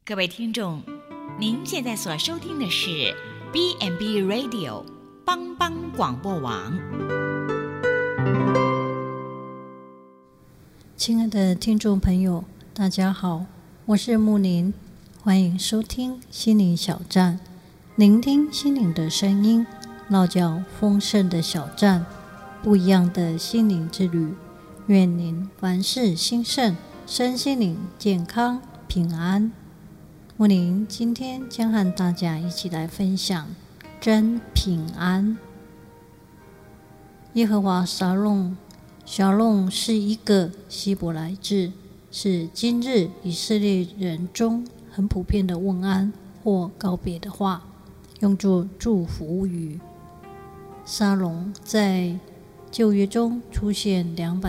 各位听众，您现在所收听的是 B&B Radio 帮帮广播网。 亲爱的听众朋友，大家好，我是木林，欢迎收听心灵小站，聆听心灵的声音，落脚丰盛的小站，不一样的心灵之旅。愿您凡事兴盛，身心灵健康平安。木林今天将和大家一起来分享真平安。耶和华沙龙，小龙是一个希伯来字，是今日以色列人中很普遍的问安或告别的话，用作祝福语。沙龙在旧约中出现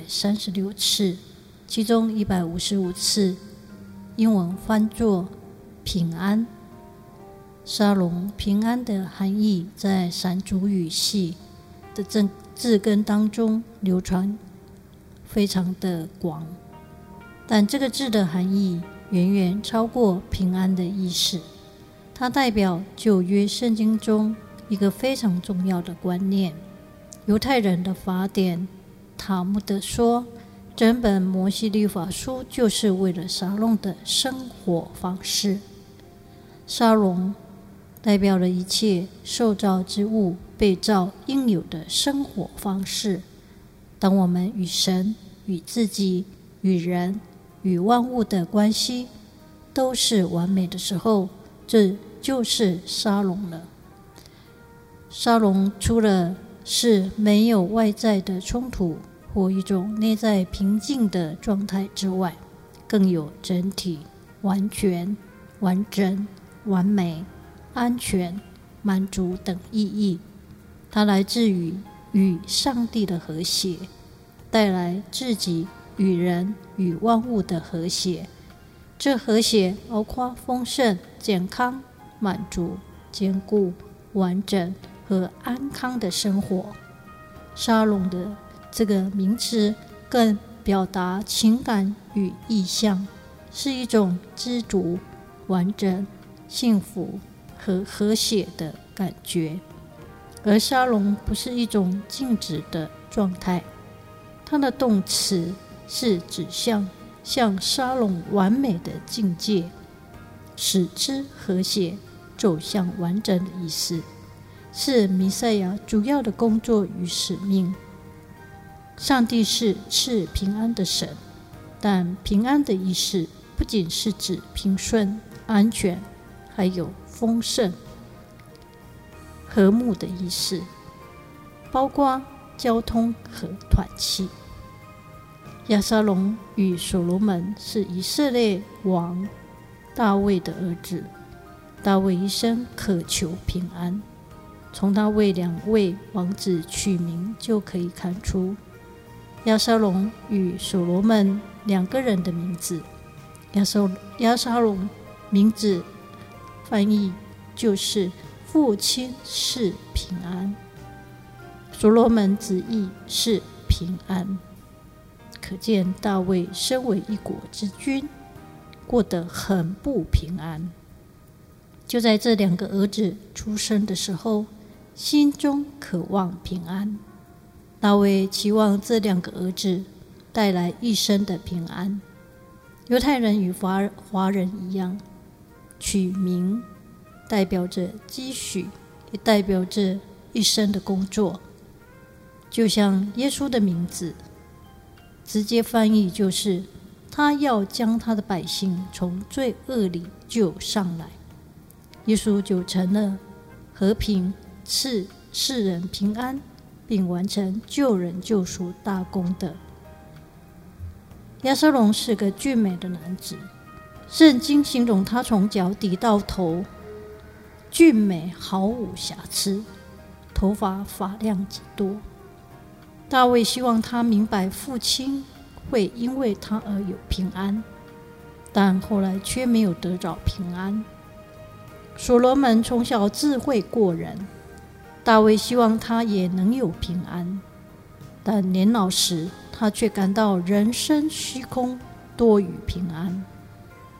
236次，其中155次英文翻作平安。沙龙平安的含义在闪族语系的字根当中流传非常的广，但这个字的含义远远超过平安的意思。它代表旧约圣经中一个非常重要的观念。犹太人的法典塔木德说，整本摩西律法书就是为了沙龙的生活方式。沙龙代表了一切受造之物被造应有的生活方式。当我们与神、与自己、与人、与万物的关系都是完美的时候，这就是沙龙了。沙龙除了是没有外在的冲突或一种内在平静的状态之外，更有整体、完全、完整、完美、安全、满足等意义。它来自于与上帝的和谐，带来自己与人与万物的和谐。这和谐包括丰盛、健康、满足、坚固、完整和安康的生活。沙龙的这个名词更表达情感与意象，是一种知足、完整、幸福和和谐的感觉。而沙龙不是一种静止的状态，它的动词是指向沙龙完美的境界，使之和谐走向完整的意思，是弥赛亚主要的工作与使命。上帝是赐平安的神，但平安的意思不仅是指平顺、安全，还有丰盛、和睦的意思，包括交通和团契。亚撒龙与所罗门是以色列王大卫的儿子，大卫一生渴求平安，从他为2位王子取名就可以看出。亚撒龙与所罗门2个人的名字，亚撒龙名字翻译就是父亲是平安，所罗门之意是平安。可见大卫身为一国之君，过得很不平安。就在这2个儿子出生的时候，心中渴望平安。大卫期望这2个儿子带来一生的平安。犹太人与华人一样，取名代表着积蓄，也代表着一生的工作。就像耶稣的名字，直接翻译就是他要将他的百姓从罪恶里救上来。耶稣就成了和平，赐世人平安，并完成救人救赎大功的。亚撒龙是个俊美的男子，圣经形容他从脚底到头俊美，毫无瑕疵，头发发量极多。大卫希望他明白父亲会因为他而有平安，但后来却没有得着平安。所罗门从小智慧过人，大卫希望他也能有平安，但年老时他却感到人生虚空，多于平安。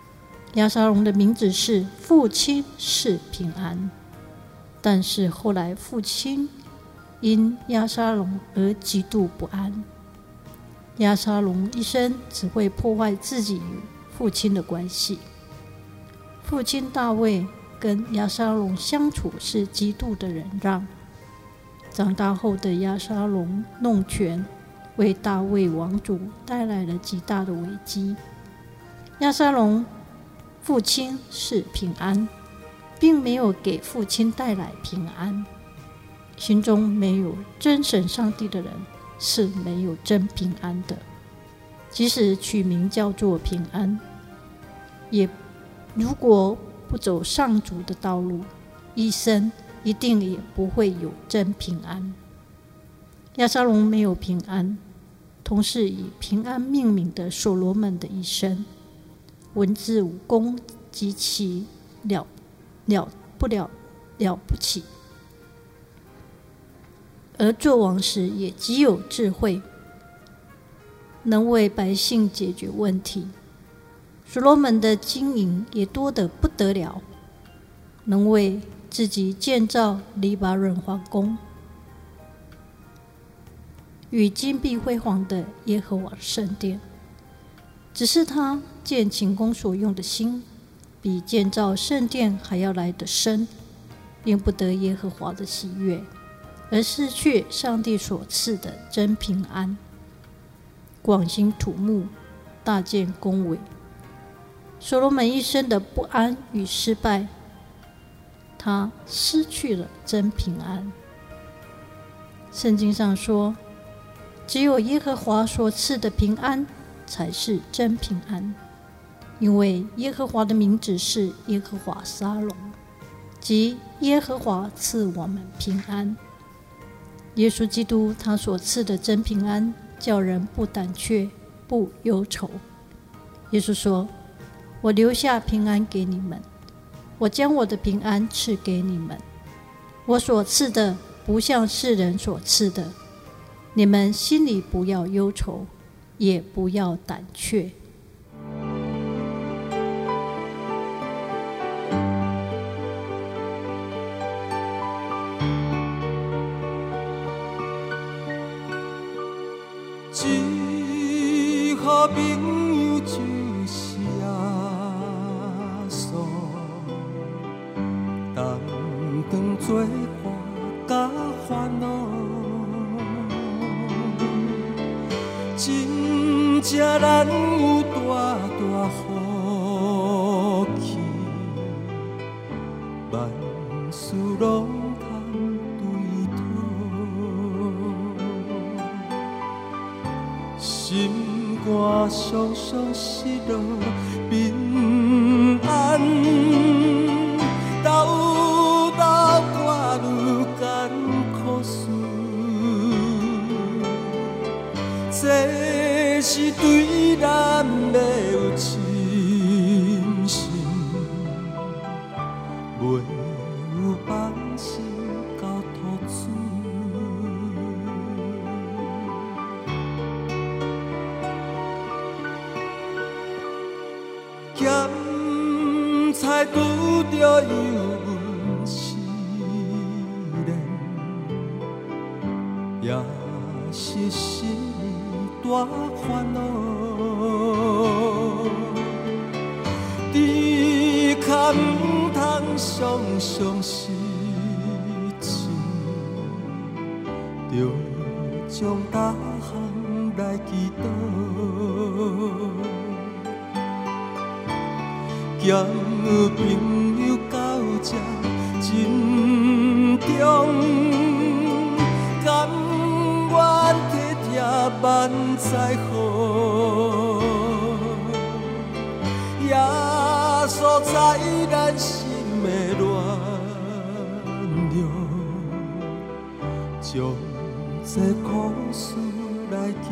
押沙龙的名字是父亲是平安，但是后来父亲因押沙龙而极度不安。押沙龙一生只会破坏自己与父亲的关系。父亲大卫跟押沙龙相处是极度的忍让。长大后的押沙龙弄权，为大卫王族带来了极大的危机。押沙龙父亲是平安，并没有给父亲带来平安。心中没有真神上帝的人是没有真平安的。即使取名叫做平安，也如果不走上主的道路，一生一定也不会有真平安。押沙龙没有平安，同是以平安命名的所罗门的一生，文字武功极其了不起，而作王时也极有智慧，能为百姓解决问题。所罗门的金银也多得不得了，能为自己建造黎巴嫩皇宫与金碧辉煌的耶和华圣殿。只是他建寝宫所用的心，比建造圣殿还要来得深，并不得耶和华的喜悦，而失去上帝所赐的真平安。广行土木，大建宫伟。所罗门一生的不安与失败，他失去了真平安。圣经上说，只有耶和华所赐的平安才是真平安，因为耶和华的名字是耶和华沙龙，即耶和华赐我们平安。耶稣基督他所赐的真平安，叫人不胆怯，不忧愁。耶稣说，我留下平安给你们，我将我的平安赐给你们，我所赐的不像世人所赐的，你们心里不要忧愁，也不要胆怯。 一好朋友就是耶稣，担当作伴甲烦恼，真正咱有大大福气，万事拢通对讨。心肝常常失落平安，斗挂愈艰苦事，这是对咱要有信心，袂有放心交托主。咸菜拄着油温试炼，也是心大烦恼。只可唔通常常失志，着将大项来祈祷。咸朋友到这真重，甘愿体贴万载好，耶稣在咱心的软弱，将这苦事来